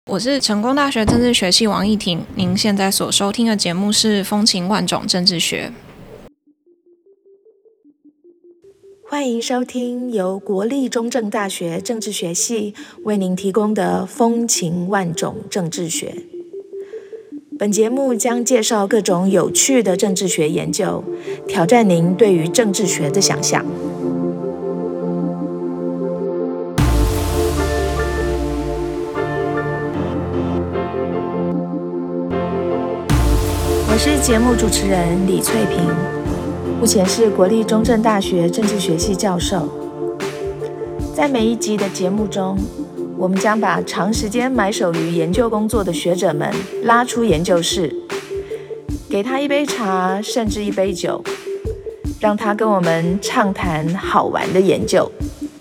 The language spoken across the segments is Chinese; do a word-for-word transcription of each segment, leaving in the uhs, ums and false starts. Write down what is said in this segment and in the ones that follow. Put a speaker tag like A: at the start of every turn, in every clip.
A: 我是成功大学政治学系王艺婷，您现在所收听的节目是《风情万种政治学》。
B: 欢迎收听由国立中正大学政治学系为您提供的《风情万种政治学》。本节目将介绍各种有趣的政治学研究，挑战您对于政治学的想象。我是节目主持人李翠萍，目前是国立中正大学政治学系教授。在每一集的节目中，我们将把长时间埋首于研究工作的学者们拉出研究室，给他一杯茶，甚至一杯酒，让他跟我们畅谈好玩的研究。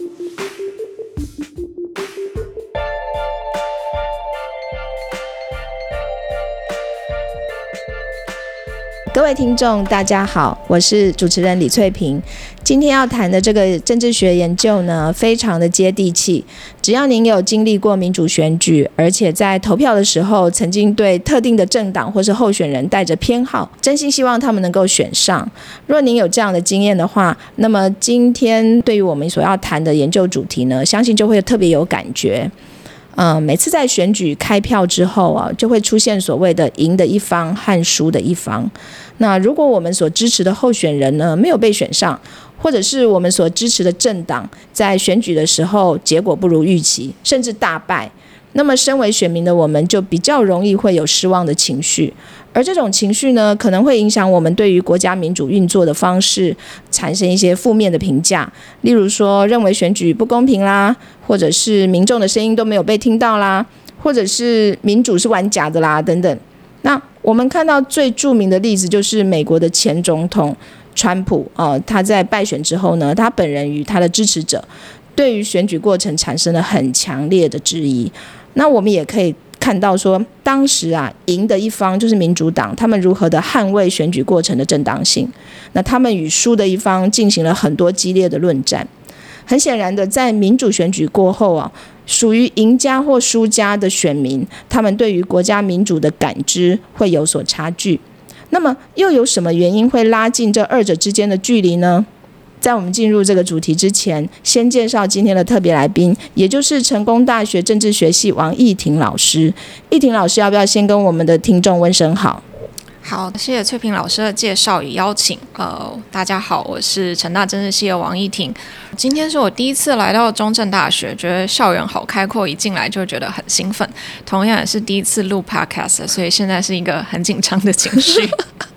B: 各位听众大家好，我是主持人李翠萍。今天要谈的这个政治学研究呢，非常的接地气。只要您有经历过民主选举，而且在投票的时候曾经对特定的政党或是候选人带着偏好，真心希望他们能够选上。若您有这样的经验的话，那么今天对于我们所要谈的研究主题呢，相信就会特别有感觉。呃，每次在选举开票之后啊，就会出现所谓的赢的一方和输的一方。那如果我们所支持的候选人呢没有被选上，或者是我们所支持的政党在选举的时候结果不如预期，甚至大败，那么身为选民的我们就比较容易会有失望的情绪。而这种情绪呢，可能会影响我们对于国家民主运作的方式产生一些负面的评价，例如说认为选举不公平啦，或者是民众的声音都没有被听到啦，或者是民主是玩假的啦等等。那我们看到最著名的例子就是美国的前总统川普、呃、他在败选之后呢，他本人与他的支持者对于选举过程产生了很强烈的质疑。那我们也可以看到说，当时啊赢的一方就是民主党，他们如何的捍卫选举过程的正当性，那他们与输的一方进行了很多激烈的论战。很显然的，在民主选举过后啊，属于赢家或输家的选民，他们对于国家民主的感知会有所差距。那么又有什么原因会拉近这二者之间的距离呢？在我们进入这个主题之前，先介绍今天的特别来宾，也就是成功大学政治学系王艺婷老师。艺婷老师要不要先跟我们的听众问声好？
A: 好，谢谢翠萍老师的介绍与邀请。呃，大家好，我是成大政治系的王艺婷。今天是我第一次来到中正大学，觉得校园好开阔，一进来就觉得很兴奋。同样也是第一次录 podcast， 所以现在是一个很紧张的情绪。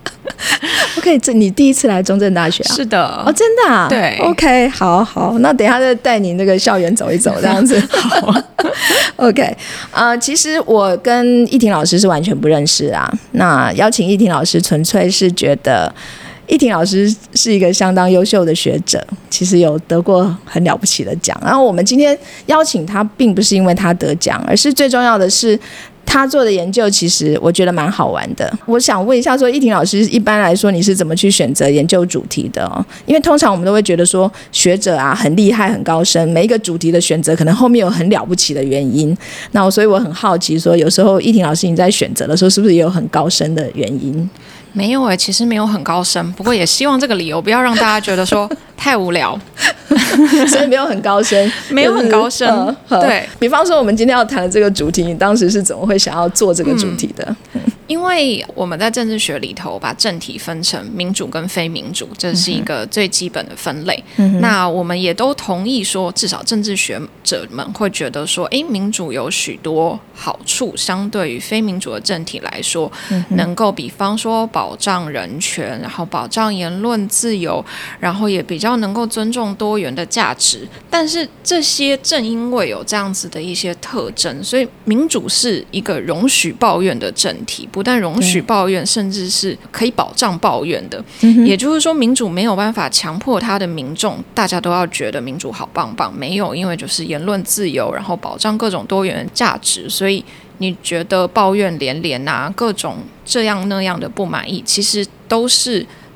B: OK， 这你第一次来中正大学啊？
A: 是的。
B: 哦，真的啊？
A: 对。
B: OK， 好好，那等一下再带你那个校园走一走，这样子。
A: 好。
B: OK， 呃，其实我跟艺婷老师是完全不认识啊。那邀请艺婷老师，纯粹是觉得艺婷老师是一个相当优秀的学者，其实有得过很了不起的奖。然后我们今天邀请他，并不是因为他得奖，而是最重要的是，他做的研究其实我觉得蛮好玩的。我想问一下说，艺婷老师一般来说你是怎么去选择研究主题的哦？因为通常我们都会觉得说学者啊很厉害很高深，每一个主题的选择可能后面有很了不起的原因。那所以我很好奇说，有时候艺婷老师你在选择的时候是不是也有很高深的原因？
A: 没有诶，其实没有很高深，不过也希望这个理由不要让大家觉得说太无聊。
B: 所以没有很高深，
A: 没有很高深。
B: 就是呃、对，比方说我们今天要谈的这个主题，你当时是怎么会想要做这个主题的？嗯嗯
A: 因为我们在政治学里头把政体分成民主跟非民主，这是一个最基本的分类。嗯、那我们也都同意说，至少政治学者们会觉得说，诶，民主有许多好处，相对于非民主的政体来说，嗯、能够比方说保障人权，然后保障言论自由，然后也比较能够尊重多元的价值。但是这些正因为有这样子的一些特征，所以民主是一个容许抱怨的政体，不但容许抱怨，甚至是可以保障抱怨的。也就是说，民主没有办法强迫他的民众大家都要觉得民主好棒棒，没有，因为就是言论自由，然后保障各种多元价值，所以你觉得抱怨连连啊，各种这样那样的不满意，其实都是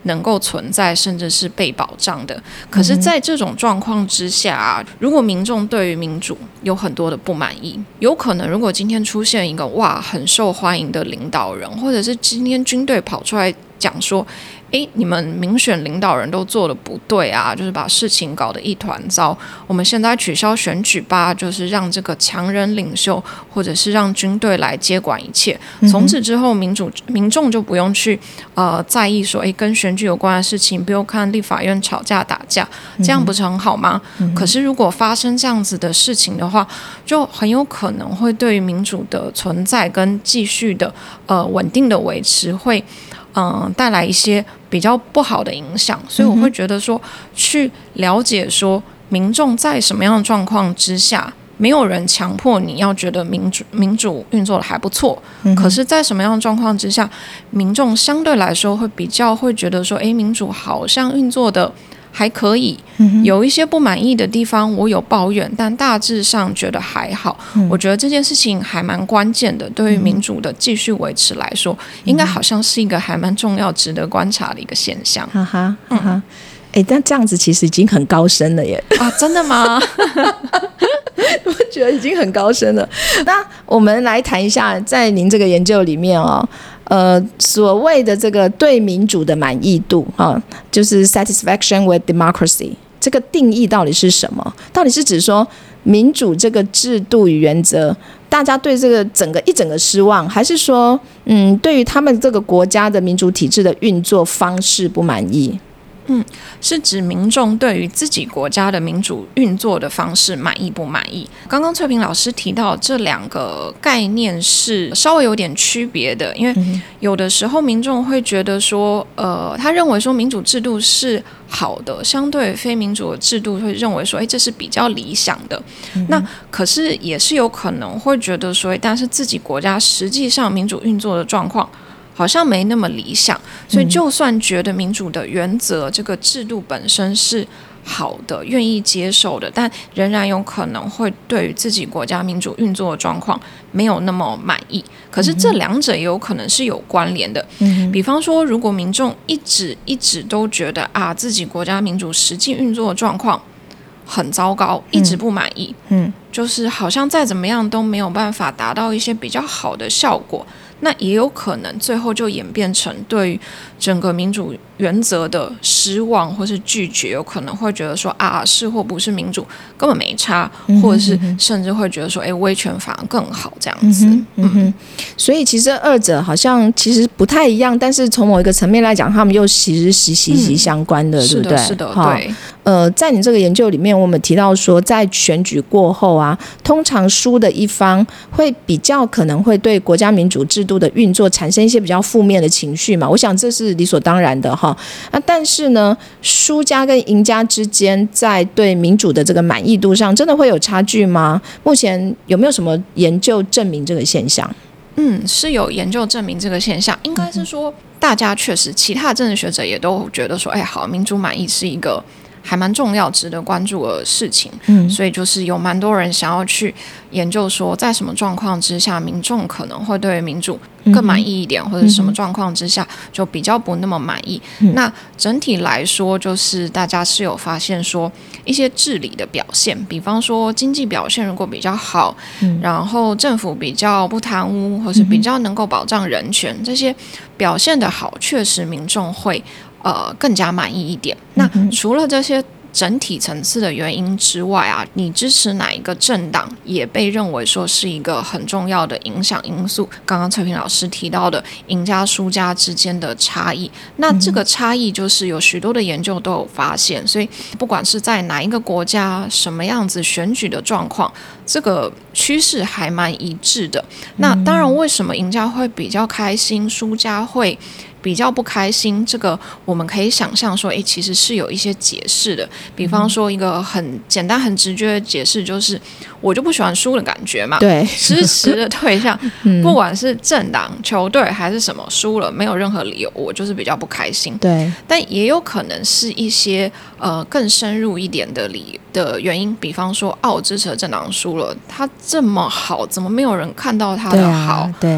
A: 能够存在甚至是被保障的。可是在这种状况之下、啊、如果民众对于民主有很多的不满意，有可能如果今天出现一个哇很受欢迎的领导人，或者是今天军队跑出来讲说诶，你们民选领导人都做得不对啊，就是把事情搞得一团糟，我们现在取消选举吧，就是让这个强人领袖或者是让军队来接管一切，从此之后民主民众就不用去呃在意说诶跟选举有关的事情，不用看立法院吵架打架，这样不是很好吗？嗯、可是如果发生这样子的事情的话，就很有可能会对于民主的存在跟继续的呃稳定的维持会嗯，带来一些比较不好的影响，所以我会觉得说，去了解说民众在什么样的状况之下，没有人强迫你要觉得民主民主运作的还不错，嗯、可是在什么样的状况之下，民众相对来说会比较会觉得说，诶，民主好像运作的还可以，有一些不满意的地方我有抱怨，但大致上觉得还好、嗯、我觉得这件事情还蛮关键的，对于民主的继续维持来说、嗯、应该好像是一个还蛮重要值得观察的一个现象。
B: 哈哈哈哈，哎，但这样子其实已经很高深了耶！
A: 啊，真的吗？
B: 我觉得已经很高深了。那我们来谈一下，在您这个研究里面哦，呃，所谓的这个对民主的满意度啊、哦，就是 satisfaction with democracy， 这个定义到底是什么？到底是指说民主这个制度与原则，大家对这个整个一整个失望，还是说，嗯，对于他们这个国家的民主体制的运作方式不满意？
A: 嗯，是指民众对于自己国家的民主运作的方式满意不满意？刚刚翠萍老师提到这两个概念是稍微有点区别的，因为有的时候民众会觉得说，呃，他认为说民主制度是好的，相对非民主的制度会认为说，哎，这是比较理想的。嗯、那可是也是有可能会觉得说，但是自己国家实际上民主运作的状况好像没那么理想，所以就算觉得民主的原则、嗯、这个制度本身是好的，愿意接受的，但仍然有可能会对于自己国家民主运作的状况没有那么满意。可是这两者也有可能是有关联的。嗯、比方说，如果民众一直一直都觉得啊，自己国家民主实际运作的状况很糟糕，一直不满意，嗯，就是好像再怎么样都没有办法达到一些比较好的效果，那也有可能最后就演变成对于整个民主原则的失望或是拒绝，有可能会觉得说啊，是或不是民主根本没差，嗯、或者是甚至会觉得说，哎，威权反而更好这样子。嗯
B: 嗯嗯、所以其实二者好像其实不太一样，但是从某一个层面来讲，他们又其实息息息相关的，嗯、对不对？
A: 是的，是的，对。
B: 呃，在你这个研究里面，我们提到说，在选举过后啊，通常输的一方会比较可能会对国家民主制度的运作产生一些比较负面的情绪嘛，我想这是理所当然的哈。啊，但是呢，输家跟赢家之间在对民主的这个满意度上，真的会有差距吗？目前有没有什么研究证明这个现象？
A: 嗯，是有研究证明这个现象，应该是说大家确实，其他政治学者也都觉得说，哎，好，民主满意是一个还蛮重要、值得关注的事情，嗯，所以就是有蛮多人想要去研究说，在什么状况之下，民众可能会对民主更满意一点，嗯、或者什么状况之下就比较不那么满意。嗯、那整体来说，就是大家是有发现说，一些治理的表现，比方说经济表现如果比较好，嗯、然后政府比较不贪污，或是比较能够保障人权，嗯、这些表现的好，确实民众会呃更加满意一点。那除了这些整体层次的原因之外啊，你支持哪一个政党也被认为说是一个很重要的影响因素。刚刚翠萍老师提到的赢家输家之间的差异，那这个差异就是有许多的研究都有发现，所以不管是在哪一个国家什么样子选举的状况，这个趋势还蛮一致的。那当然为什么赢家会比较开心，输家会比较不开心，这个我们可以想象说，诶，其实是有一些解释的。比方说一个很简单很直觉的解释就是，我就不喜欢输的感觉嘛，
B: 对，
A: 支持的对象不管是政党、球队还是什么，输了没有任何理由，我就是比较不开心。
B: 对，
A: 但也有可能是一些呃更深入一点的理的原因，比方说，哦，我支持的政党输了，他这么好，怎么没有人看到他的好？
B: 对啊，对啊，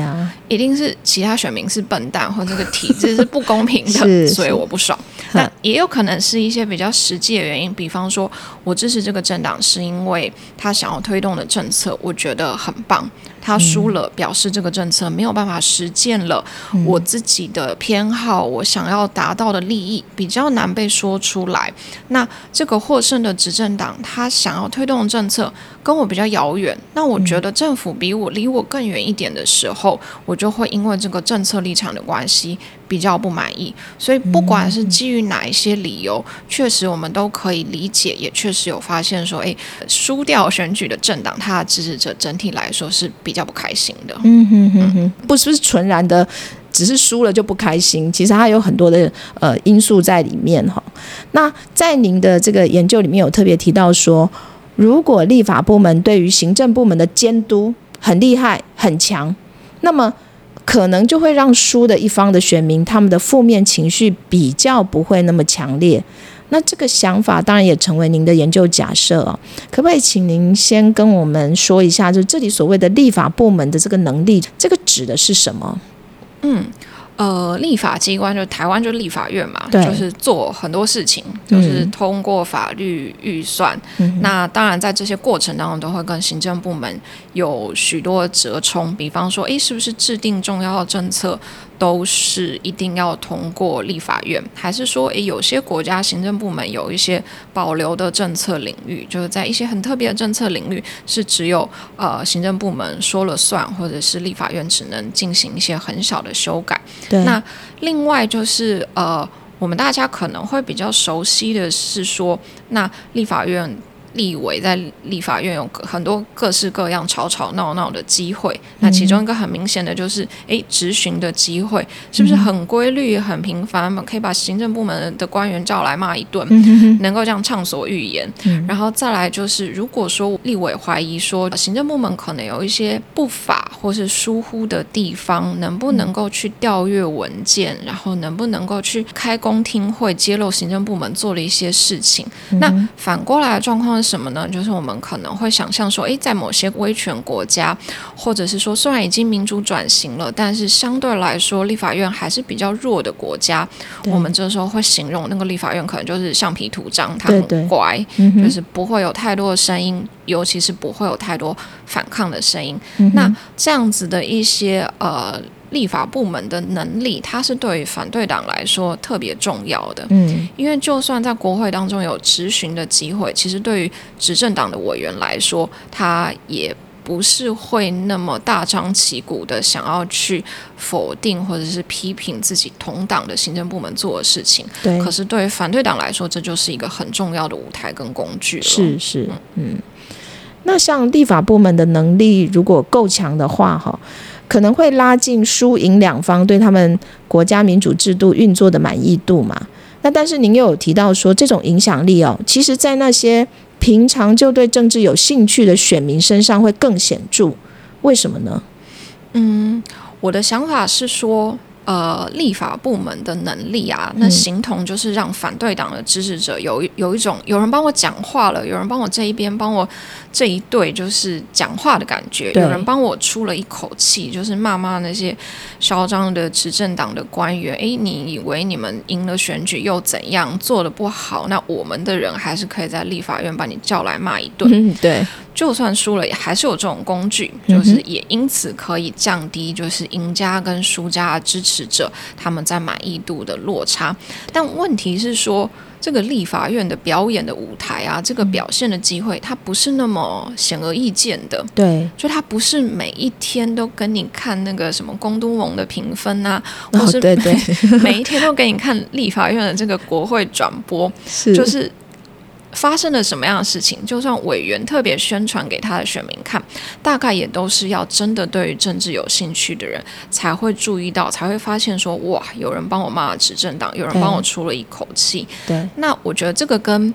A: 一定是其他选民是笨蛋，或者这个体制是不公平的所以我不爽。但也有可能是一些比较实际的原因，比方说我支持这个政党是因为他想要推动的政策我觉得很棒，他输了表示这个政策没有办法实践了我自己的偏好，我想要达到的利益比较难被说出来。那这个获胜的执政党他想要推动的政策跟我比较遥远，那我觉得政府比我离我更远一点的时候，我就会因为这个政策立场的关系比较不满意。所以不管是基于哪一些理由，确实我们都可以理解，也确实有发现说，哎，输掉选举的政党他的支持者整体来说是比较不开心的。
B: 嗯哼哼哼，不是纯然的只是输了就不开心，其实它有很多的呃因素在里面哈。那在您的这个研究里面有特别提到说，如果立法部门对于行政部门的监督很厉害很强，那么可能就会让输的一方的选民他们的负面情绪比较不会那么强烈。那这个想法当然也成为您的研究假设哦，可不可以请您先跟我们说一下，就这里所谓的立法部门的这个能力，这个指的是什么？
A: 嗯，呃，立法机关就台湾就立法院嘛，就是做很多事情，就是通过法律预算、嗯、那当然在这些过程当中都会跟行政部门有许多折冲，比方说诶是不是制定重要的政策都是一定要通过立法院，还是说诶有些国家行政部门有一些保留的政策领域，就是在一些很特别的政策领域是只有呃行政部门说了算，或者是立法院只能进行一些很小的修改。那另外就是呃我们大家可能会比较熟悉的是说，那立法院立委在立法院有很多各式各样吵吵闹闹的机会，那其中一个很明显的就是诶质询的机会是不是很规律很频繁，可以把行政部门的官员叫来骂一顿、嗯、能够这样畅所欲言、嗯、然后再来就是如果说立委怀疑说行政部门可能有一些不法或是疏忽的地方，能不能够去调阅文件，然后能不能够去开公听会揭露行政部门做了一些事情、嗯、那反过来的状况是什么呢？就是我们可能会想象说，诶，在某些威权国家，或者是说虽然已经民主转型了，但是相对来说立法院还是比较弱的国家，我们这时候会形容那个立法院可能就是橡皮图章，它很乖，对对、就是不会有太多的声音，尤其是不会有太多反抗的声音、嗯、那这样子的一些呃立法部门的能力，它是对于反对党来说特别重要的、嗯、因为就算在国会当中有质询的机会，其实对于执政党的委员来说，他也不是会那么大张旗鼓的想要去否定或者是批评自己同党的行政部门做的事情，对，可是对于反对党来说，这就是一个很重要的舞台跟工具了。
B: 是是 嗯, 嗯那像立法部门的能力如果够强的话，可能会拉近输赢两方对他们国家民主制度运作的满意度嘛。那但是您又有提到说，这种影响力哦，其实在那些平常就对政治有兴趣的选民身上会更显著，为什么呢？
A: 嗯，我的想法是说呃，立法部门的能力啊，那形同就是让反对党的支持者有有一种有人帮我讲话了，有人帮我这一边帮我这一队就是讲话的感觉，有人帮我出了一口气，就是骂骂那些嚣张的执政党的官员，诶，你以为你们赢了选举又怎样，做得不好，那我们的人还是可以在立法院把你叫来骂一顿、嗯、对，就算输了也还是有这种工具，就是也因此可以降低就是赢家跟输家的支持者他们在满意度的落差。但问题是说，这个立法院的表演的舞台啊，这个表现的机会它不是那么显而易见的，对，就它不是每一天都跟你看那个什么公都盟的评分啊，或是 每,、哦、对对每一天都给你看立法院的这个国会转播，是就是发生了什么样的事情，就算委员特别宣传给他的选民看，大概也都是要真的对于政治有兴趣的人才会注意到，才会发现说，哇，有人帮我骂执政党，有人帮我出了一口气。对，那我觉得这个跟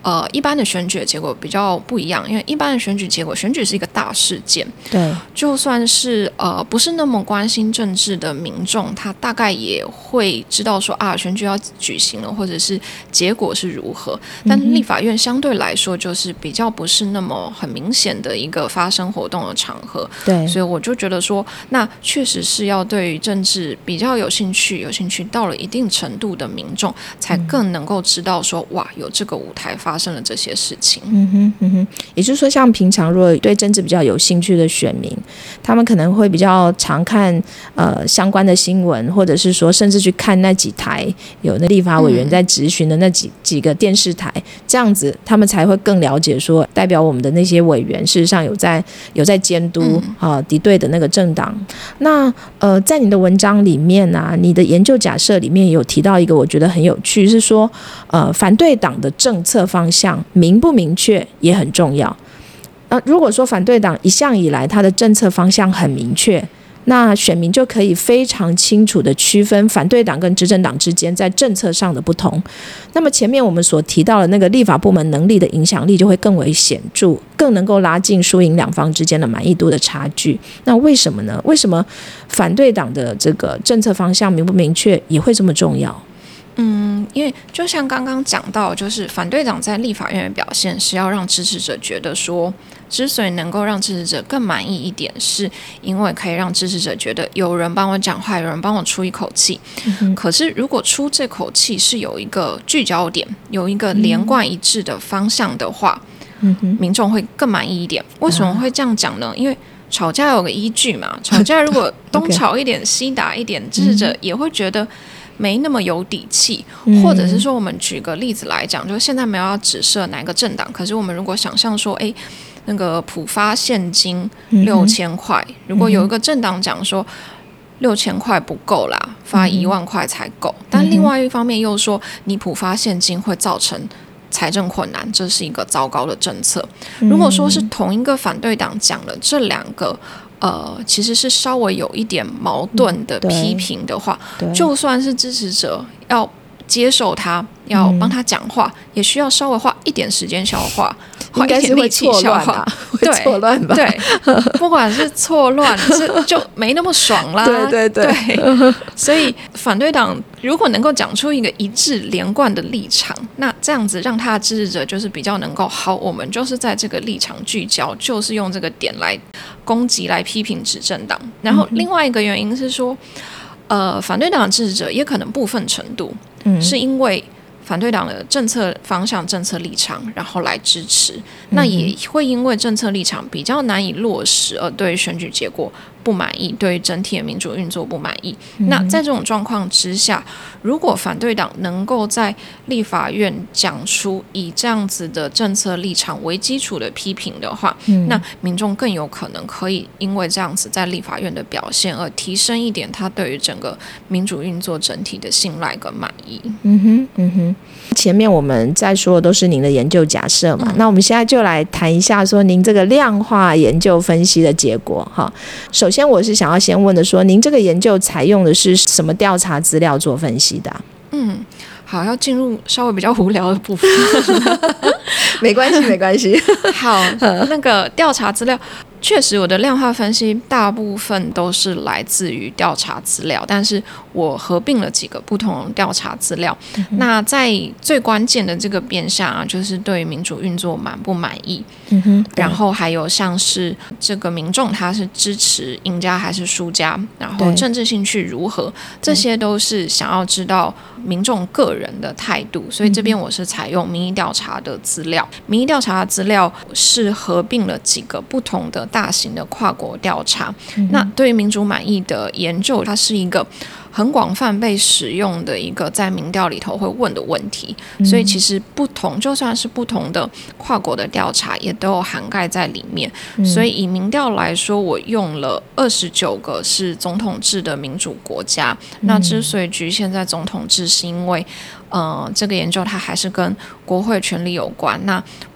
A: 呃一般的选举的结果比较不一样，因为一般的选举结果，选举是一个大事件，
B: 对，
A: 就算是呃不是那么关心政治的民众，他大概也会知道说啊选举要举行了，或者是结果是如何。但立法院相对来说就是比较不是那么很明显的一个发生活动的场合，
B: 对，
A: 所以我就觉得说，那确实是要对于政治比较有兴趣，有兴趣到了一定程度的民众，才更能够知道说，哇，有这个舞台发生了这些事情。
B: 嗯哼嗯哼，也就是说，像平常如果对政治比较有兴趣的选民，他们可能会比较常看呃相关的新闻，或者是说甚至去看那几台有那立法委员在质询的那几、嗯、几个电视台，这样子他们才会更了解说，代表我们的那些委员事实上有在有在监督、嗯、啊敌对的那个政党。那呃，在你的文章里面啊，你的研究假设里面有提到一个我觉得很有趣，是说呃反对党的政策方向明不明确也很重要。呃，如果说反对党一向以来它的政策方向很明确，那选民就可以非常清楚的区分反对党跟执政党之间在政策上的不同。那么前面我们所提到的那个立法部门能力的影响力就会更为显著，更能够拉近输赢两方之间的满意度的差距。那为什么呢？为什么反对党的这个政策方向明不明确也会这么重要？
A: 嗯，因为就像刚刚讲到，就是反对党在立法院的表现是要让支持者觉得说，之所以能够让支持者更满意一点，是因为可以让支持者觉得有人帮我讲话，有人帮我出一口气、嗯、可是如果出这口气是有一个聚焦点，有一个连贯一致的方向的话、嗯、民众会更满意一点。为什么会这样讲呢？因为吵架有个依据嘛，吵架如果东吵一点西打一点，支持者也会觉得没那么有底气、嗯、或者是说我们举个例子来讲，就现在没有要指涉哪个政党，可是我们如果想象说哎，那个普发现金六千块、嗯、如果有一个政党讲说六千块不够啦，发一万块才够、嗯、但另外一方面又说你普发现金会造成财政困难，这是一个糟糕的政策、嗯、如果说是同一个反对党讲了这两个呃，其实是稍微有一点矛盾的批评的话、嗯、就算是支持者要接受他，要帮他讲话、嗯、也需要稍微花一点时间消化，花一点力气消化，
B: 会错乱吧？
A: 对，不管是错乱，是就没那么爽啦。
B: 对对 对,
A: 对所以反对党如果能够讲出一个一致连贯的立场，那这样子让他的支持者就是比较能够好，我们就是在这个立场聚焦，就是用这个点来攻击来批评执政党。然后另外一个原因是说，呃，反对党的支持者也可能部分程度、嗯、是因为反对党的政策方向、政策立场，然后来支持、嗯、那也会因为政策立场比较难以落实而对选举结果不满意，对整体的民主运作不满意、嗯、那在这种状况之下，如果反对党能够在立法院讲出以这样子的政策立场为基础的批评的话、嗯、那民众更有可能可以因为这样子在立法院的表现而提升一点他对于整个民主运作整体的信赖跟满意。
B: 嗯哼嗯哼，前面我们在说的都是您的研究假设嘛、嗯、那我们现在就来谈一下说您这个量化研究分析的结果哈。首先我是想要先问的说，您这个研究采用的是什么调查资料做分析的、啊、
A: 嗯，好，要进入稍微比较无聊的部分
B: 没关系没关系
A: 好，那个调查资料确实我的量化分析大部分都是来自于调查资料，但是我合并了几个不同的调查资料、嗯、那在最关键的这个变项啊，就是对民主运作满不满意、嗯哼，然后还有像是这个民众他是支持赢家还是输家，然后政治兴趣如何，这些都是想要知道民众个人的态度，所以这边我是采用民意调查的资料。民意调查的资料是合并了几个不同的大型的跨国调查、嗯、那对于民主满意的研究，它是一个很广泛被使用的一个在民调里头会问的问题、嗯、所以其实不同就算是不同的跨国的调查也都有涵盖在里面、嗯、所以以民调来说，我用了二十九个是总统制的民主国家、嗯、那之所以局限在总统制，是因为呃，这个研究它还是跟国会权力有关，那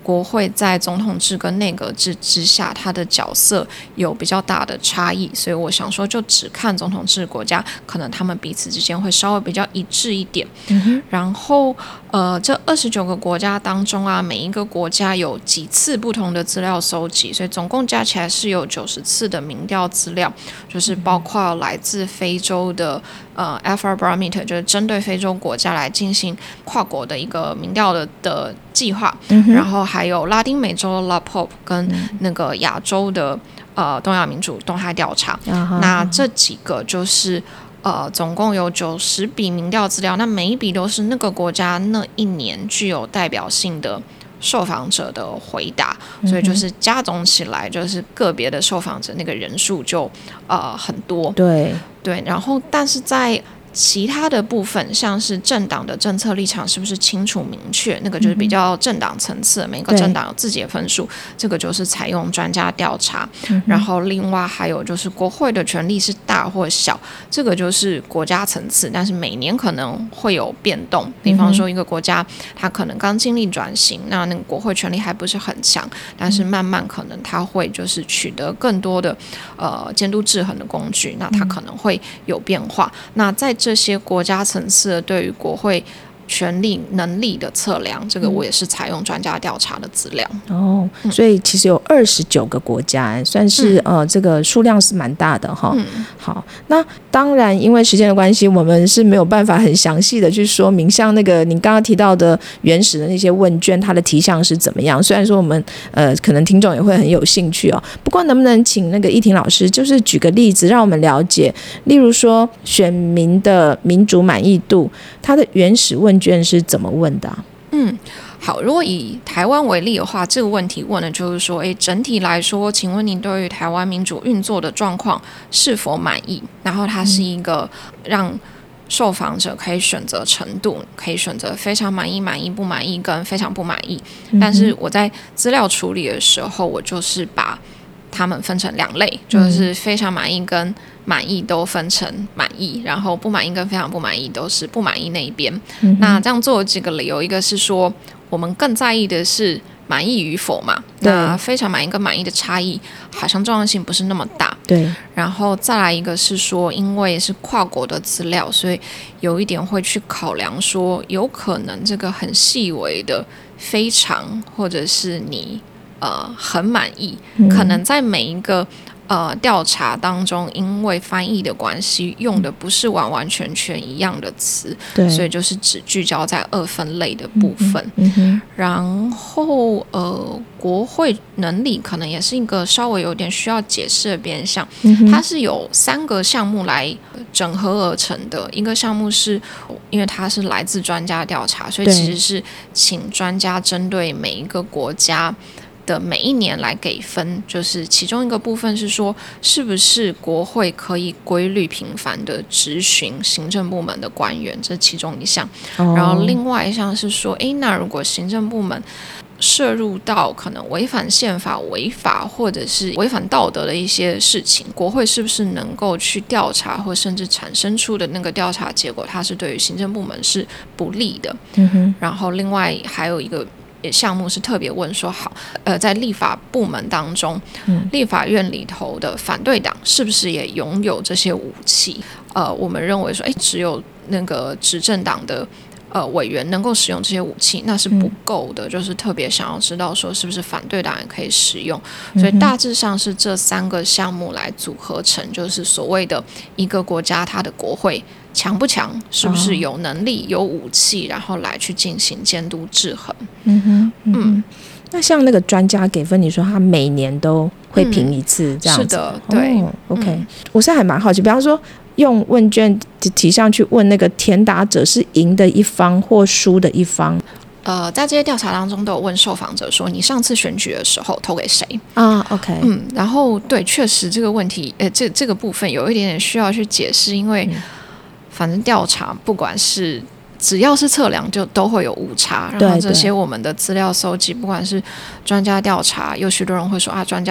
A: 国会在总统制跟内阁制之下，它的角色有比较大的差异，所以我想说，就只看总统制国家，可能他们彼此之间会稍微比较一致一点。嗯、然后，呃，这二十九个国家当中啊，每一个国家有几次不同的资料搜集，所以总共加起来是有九十次的民调资料，就是包括来自非洲的呃 Afrobarometer， 就是针对非洲国家来进行跨国的一个民调的的计划，嗯、然后还有拉丁美洲的 La Pop 跟那个亚洲的呃东亚民主动态调查，嗯、那这几个就是呃总共有九十笔民调资料，那每一笔都是那个国家那一年具有代表性的受访者的回答，所以就是加总起来，就是个别的受访者那个人数就呃很多。
B: 对
A: 对，然后但是在其他的部分，像是政党的政策立场是不是清楚明确，那个就是比较政党层次，每个政党有自己的分数，这个就是采用专家调查。然后另外还有就是国会的权力是大或小，这个就是国家层次，但是每年可能会有变动。比方说一个国家它可能刚经历转型，那那个国会权力还不是很强，但是慢慢可能它会就是取得更多的呃监督制衡的工具，那它可能会有变化。那在这些国家层次对于国会权力能力的测量，这个我也是采用专家调查的资料。
B: 哦，所以其实有二十九个国家，算是、嗯、呃这个数量是蛮大的哈、嗯。好，那当然因为时间的关系，我们是没有办法很详细的去说明，像那个您刚刚提到的原始的那些问卷，它的题项是怎么样。虽然说我们呃可能听众也会很有兴趣哦，不过能不能请那个依婷老师，就是举个例子，让我们了解，例如说选民的民主满意度，它的原始问卷是怎么问的、啊？
A: 嗯，好，如果以台湾为例的话，这个问题问的就是说，诶，整体来说，请问您对于台湾民主运作的状况是否满意？然后它是一个让受访者可以选择程度，可以选择非常满意、满意不满意跟非常不满意。但是我在资料处理的时候，我就是把他们分成两类，就是非常满意跟满意都分成满意，然后不满意跟非常不满意都是不满意那一边、嗯、那这样做有几个理由，一个是说我们更在意的是满意与否嘛，那非常满意跟满意的差异好像重要性不是那么大，
B: 对。
A: 然后再来一个是说，因为是跨国的资料，所以有一点会去考量说，有可能这个很细微的非常或者是你呃很满意、嗯、可能在每一个呃，调查当中，因为翻译的关系，用的不是完完全全一样的词，所以就是只聚焦在二分类的部分。嗯嗯、然后，呃，国会能力可能也是一个稍微有点需要解释的边项、嗯，它是有三个项目来整合而成的。一个项目是因为它是来自专家调查，所以其实是请专家针对每一个国家的每一年来给分，就是其中一个部分是说，是不是国会可以规律频繁的质询行政部门的官员，这是其中一项、哦、然后另外一项是说，诶，那如果行政部门涉入到可能违反宪法、违法或者是违反道德的一些事情，国会是不是能够去调查，或甚至产生出的那个调查结果，它是对于行政部门是不利的、嗯、哼。然后另外还有一个项目是特别问说，好，呃，在立法部门当中、嗯，立法院里头的反对党是不是也拥有这些武器？呃，我们认为说，哎，只有那个执政党的呃委员能够使用这些武器，那是不够的。嗯、就是特别想要知道说，是不是反对党也可以使用？所以大致上是这三个项目来组合成，就是所谓的一个国家它的国会强不强，是不是有能力、有武器，然后来去进行监督制衡。嗯哼，嗯哼。嗯，
B: 那像那个专家给分，你说他每年都会评一次、嗯、这样子？
A: 是的，对。
B: 哦、OK、嗯、我是还蛮好奇，比方说用问卷题上去问那个填答者是赢的一方或输的一方。
A: 呃，在这些调查当中都有问受访者说，你上次选举的时候投给谁
B: 啊 ？OK，
A: 嗯，然后对，确实这个问题，呃，这这个部分有一点点需要去解释，因为、嗯、反正调查不管是只要是测量就都会有误差，然后这些我们的资料搜集，不管是专家调查，有许多人会说啊，专家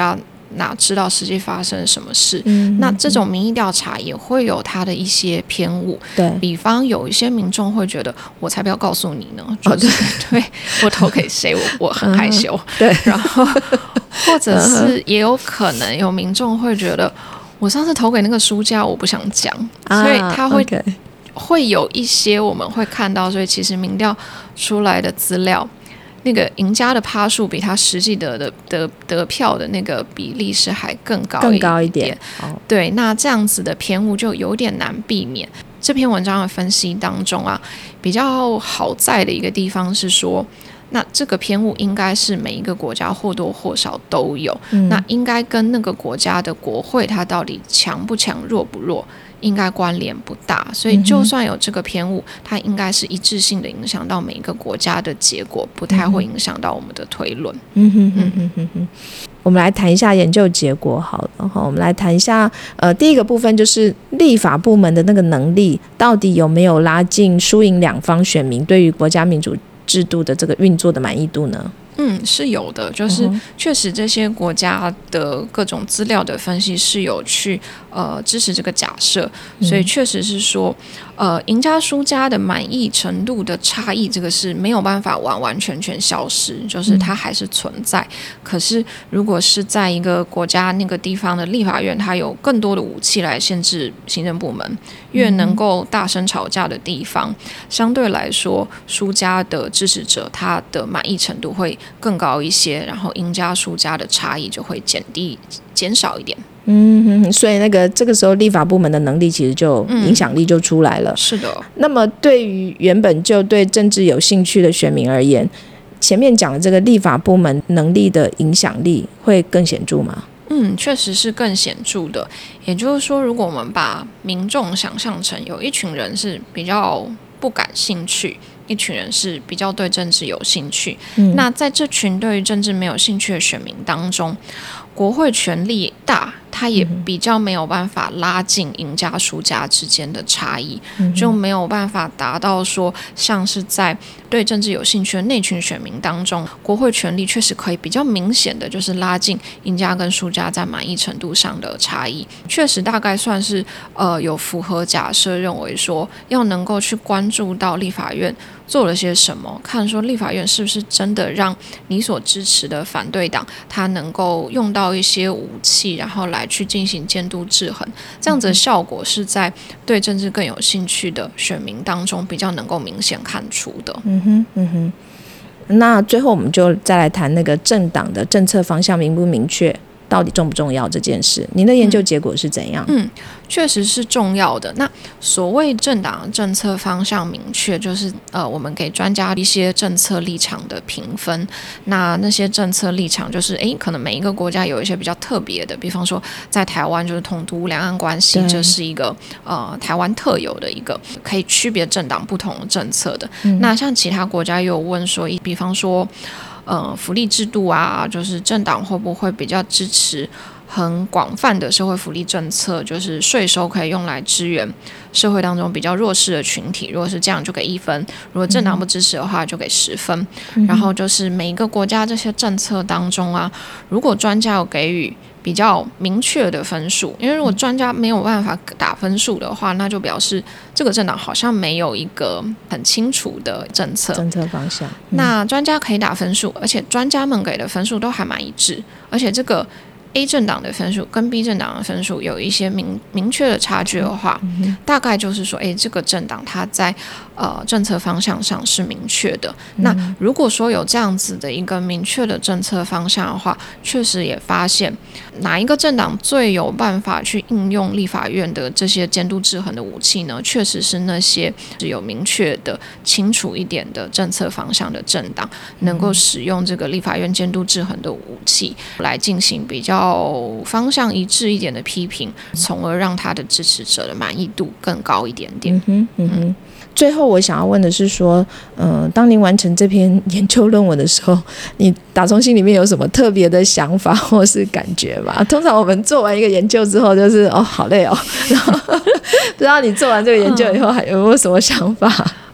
A: 哪知道实际发生什么事。嗯、那这种民意调查也会有它的一些偏误，
B: 对，
A: 比方有一些民众会觉得我才不要告诉你呢，就是、哦、对, 对我投给谁我我很害羞、嗯、
B: 对，
A: 然后或者是也有可能有民众会觉得我上次投给那个书家我不想讲、啊、所以他会、okay. 会有一些我们会看到，所以其实民调出来的资料那个赢家的趴数比他实际得的得得票的那个比例是还更高一点，更高一点、哦、对，那这样子的偏误就有点难避免。这篇文章的分析当中啊，比较好在的一个地方是说，那这个偏误应该是每一个国家或多或少都有、嗯、那应该跟那个国家的国会它到底强不强弱不弱应该关联不大，所以就算有这个偏误，它应该是一致性的影响到每一个国家的结果，不太会影响到我们的推论。
B: 嗯哼哼哼哼哼。我们来谈一下研究结果好了，我们来谈一下呃，第一个部分就是立法部门的那个能力到底有没有拉近输赢两方选民对于国家民主制度的这个运作的满意度呢？
A: 嗯，是有的，就是确实这些国家的各种资料的分析是有去呃支持这个假设，所以确实是说呃赢家输家的满意程度的差异，这个是没有办法完完全全消失，就是它还是存在。嗯、可是如果是在一个国家那个地方的立法院，它有更多的武器来限制行政部门，越能够大声吵架的地方，相对来说输家的支持者他的满意程度会更高一些，然后赢家输家的差异就会减低减少一点。
B: 嗯，所以那个这个时候立法部门的能力其实就影响力就出来了、
A: 嗯、是的。
B: 那么对于原本就对政治有兴趣的选民而言，前面讲的这个立法部门能力的影响力会更显著吗？
A: 嗯，确实是更显著的。也就是说，如果我们把民众想象成有一群人是比较不感兴趣，一群人是比较对政治有兴趣、嗯、那在这群对于政治没有兴趣的选民当中，国会权力大，它也比较没有办法拉近赢家输家之间的差异、嗯、就没有办法达到说像是在对政治有兴趣的那群选民当中，国会权力确实可以比较明显的就是拉近赢家跟输家在满意程度上的差异，确实大概算是呃有符合假设认为说要能够去关注到立法院做了些什么，看说立法院是不是真的让你所支持的反对党他能够用到一些武器，然后来去进行监督制衡，这样子的效果是在对政治更有兴趣的选民当中比较能够明显看出的。
B: 嗯哼嗯哼。那最后我们就再来谈那个政党的政策方向明不明确，到底重不重要这件事，您的研究结果是怎样？
A: 嗯，确实是重要的。那所谓政党政策方向明确，就是呃，我们给专家一些政策立场的评分。那那些政策立场就是，诶，可能每一个国家有一些比较特别的，比方说在台湾就是统独两岸关系，这是一个呃台湾特有的一个可以区别政党不同的政策的。嗯、那像其他国家又有问说，比方说。呃，福利制度啊，就是政党会不会比较支持很广泛的社会福利政策，就是税收可以用来支援社会当中比较弱势的群体，如果是这样就给一分，如果政党不支持的话就给十分、嗯、然后就是每一个国家这些政策当中啊，如果专家有给予比较明确的分数，因为如果专家没有办法打分数的话，那就表示这个政党好像没有一个很清楚的政策
B: 政策方向、
A: 嗯、那专家可以打分数，而且专家们给的分数都还蛮一致，而且这个A 政党的分数跟 B 政党的分数有一些明明确的差距的话、嗯、大概就是说，哎，这个政党它在呃政策方向上是明确的、嗯、那如果说有这样子的一个明确的政策方向的话，确实也发现哪一个政党最有办法去应用立法院的这些监督制衡的武器呢？确实是那些有明确的清楚一点的政策方向的政党能够使用这个立法院监督制衡的武器来进行比较方向一致一点的批评，从而让他的支持者的满意度更高一点点。
B: 嗯哼嗯哼。最后我想要问的是说，呃，当您完成这篇研究论文的时候，你打从心里面有什么特别的想法或是感觉吗？通常我们做完一个研究之后，就是哦好累哦，然后不知道你做完这个研究以后还有没有什么想法？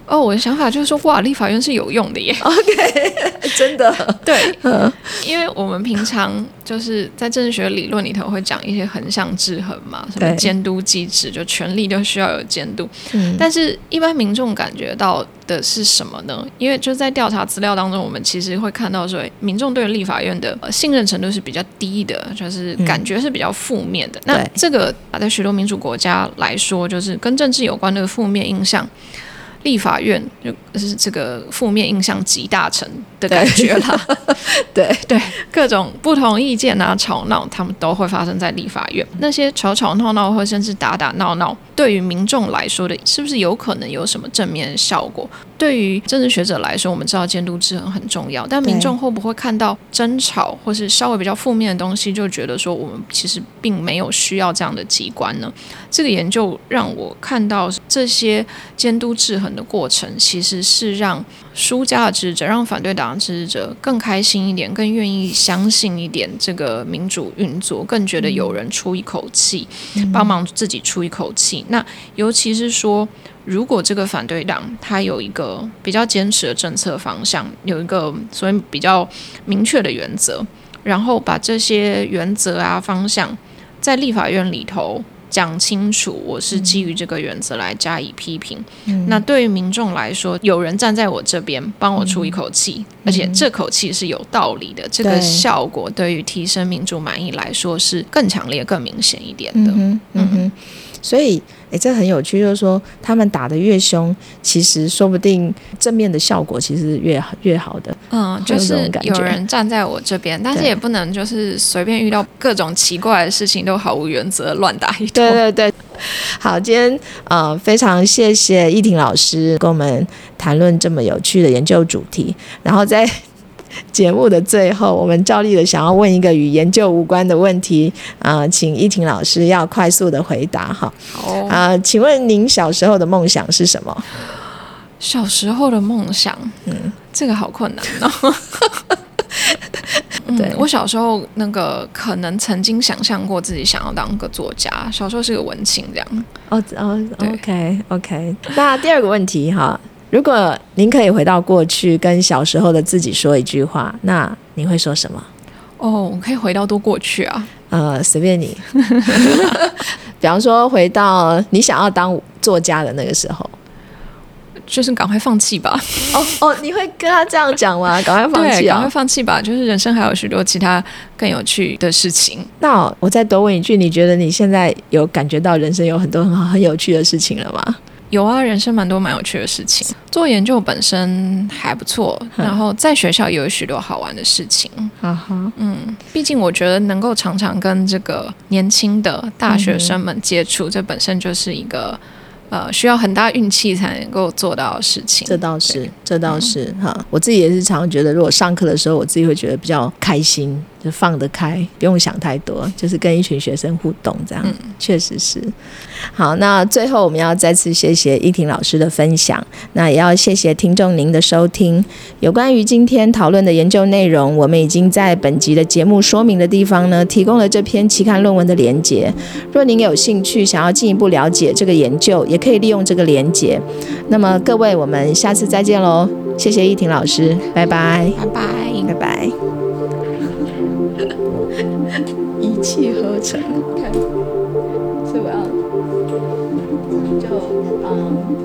A: 哦，我的想法就是说，哇，立法院是有用的耶。
B: OK， 真的，
A: 对，因为我们平常就是在政治学理论里头会讲一些横向制衡嘛，什么监督机制，就权力就需要有监督。嗯，但是一般民众感觉到的是什么呢？因为就在调查资料当中，我们其实会看到说，民众对立法院的、呃、信任程度是比较低的，就是感觉是比较负面的。嗯、那这个在许多民主国家来说，就是跟政治有关的负面印象。立法院就是这个负面印象集大成的感觉啦，
B: 对
A: 对，各种不同意见啊、吵闹，他们都会发生在立法院。那些吵吵闹闹或甚至打打闹闹，对于民众来说的，是不是有可能有什么正面的效果？对于政治学者来说，我们知道监督制衡很重要，但民众会不会看到争吵或是稍微比较负面的东西，就觉得说我们其实并没有需要这样的机关呢？这个研究让我看到这些监督制衡的过程，其实是让输家的支持者、让反对党的支持者更开心一点，更愿意相信一点这个民主运作，更觉得有人出一口气，嗯、帮忙自己出一口气。那尤其是说，如果这个反对党他有一个比较坚持的政策方向，有一个所谓比较明确的原则，然后把这些原则啊方向在立法院里头讲清楚，我是基于这个原则来加以批评。嗯、那对于民众来说，有人站在我这边帮我出一口气，嗯、而且这口气是有道理的，嗯、这个效果对于提升民主满意来说是更强烈、更明显一点的。嗯哼，
B: 嗯哼，所以。欸、这很有趣，就是说他们打得越凶，其实说不定正面的效果其实越越好的。
A: 嗯，就是有人站在我这边，但是也不能就是随便遇到各种奇怪的事情都毫无原则乱打一通。
B: 对对对，好，今天呃非常谢谢依婷老师跟我们谈论这么有趣的研究主题，然后在节目的最后，我们照例的想要问一个与研究无关的问题，呃、请依婷老师要快速的回答哈。
A: 好、哦
B: 呃，请问您小时候的梦想是什么？
A: 小时候的梦想，嗯，这个好困难哦。嗯、对，我小时候那个可能曾经想象过自己想要当个作家，小时候是个文青这样。
B: 哦哦 ，OK OK。那第二个问题哈。如果您可以回到过去跟小时候的自己说一句话，那你会说什么？
A: 哦，我可以回到多过去啊？
B: 呃，随便你。比方说回到你想要当作家的那个时候，
A: 就是赶快放弃吧。
B: 哦哦，你会跟他这样讲吗？赶快放弃啊！
A: 对，赶快放弃吧，就是人生还有许多其他更有趣的事情。
B: 那我再多问一句，你觉得你现在有感觉到人生有很多很好很有趣的事情了吗？
A: 有啊，人生蛮多蛮有趣的事情。做研究本身还不错，然后在学校也有许多好玩的事情。
B: 嗯
A: 嗯，毕竟我觉得能够常常跟这个年轻的大学生们接触，嗯、这本身就是一个呃需要很大运气才能够做到的事情。
B: 这倒是，这倒是哈、嗯。我自己也是常觉得，如果上课的时候，我自己会觉得比较开心，就放得开，不用想太多，就是跟一群学生互动这样。嗯，确实是。好，那最后我们要再次谢谢依婷老师的分享，那也要谢谢听众您的收听。有关于今天讨论的研究内容，我们已经在本集的节目说明的地方呢，提供了这篇期刊论文的连结。若您有兴趣想要进一步了解这个研究，也可以利用这个连结。那么各位，我们下次再见喽！谢谢依婷老师，拜拜，
A: 拜拜，
B: 拜拜。一气呵成，看，所以我要就嗯。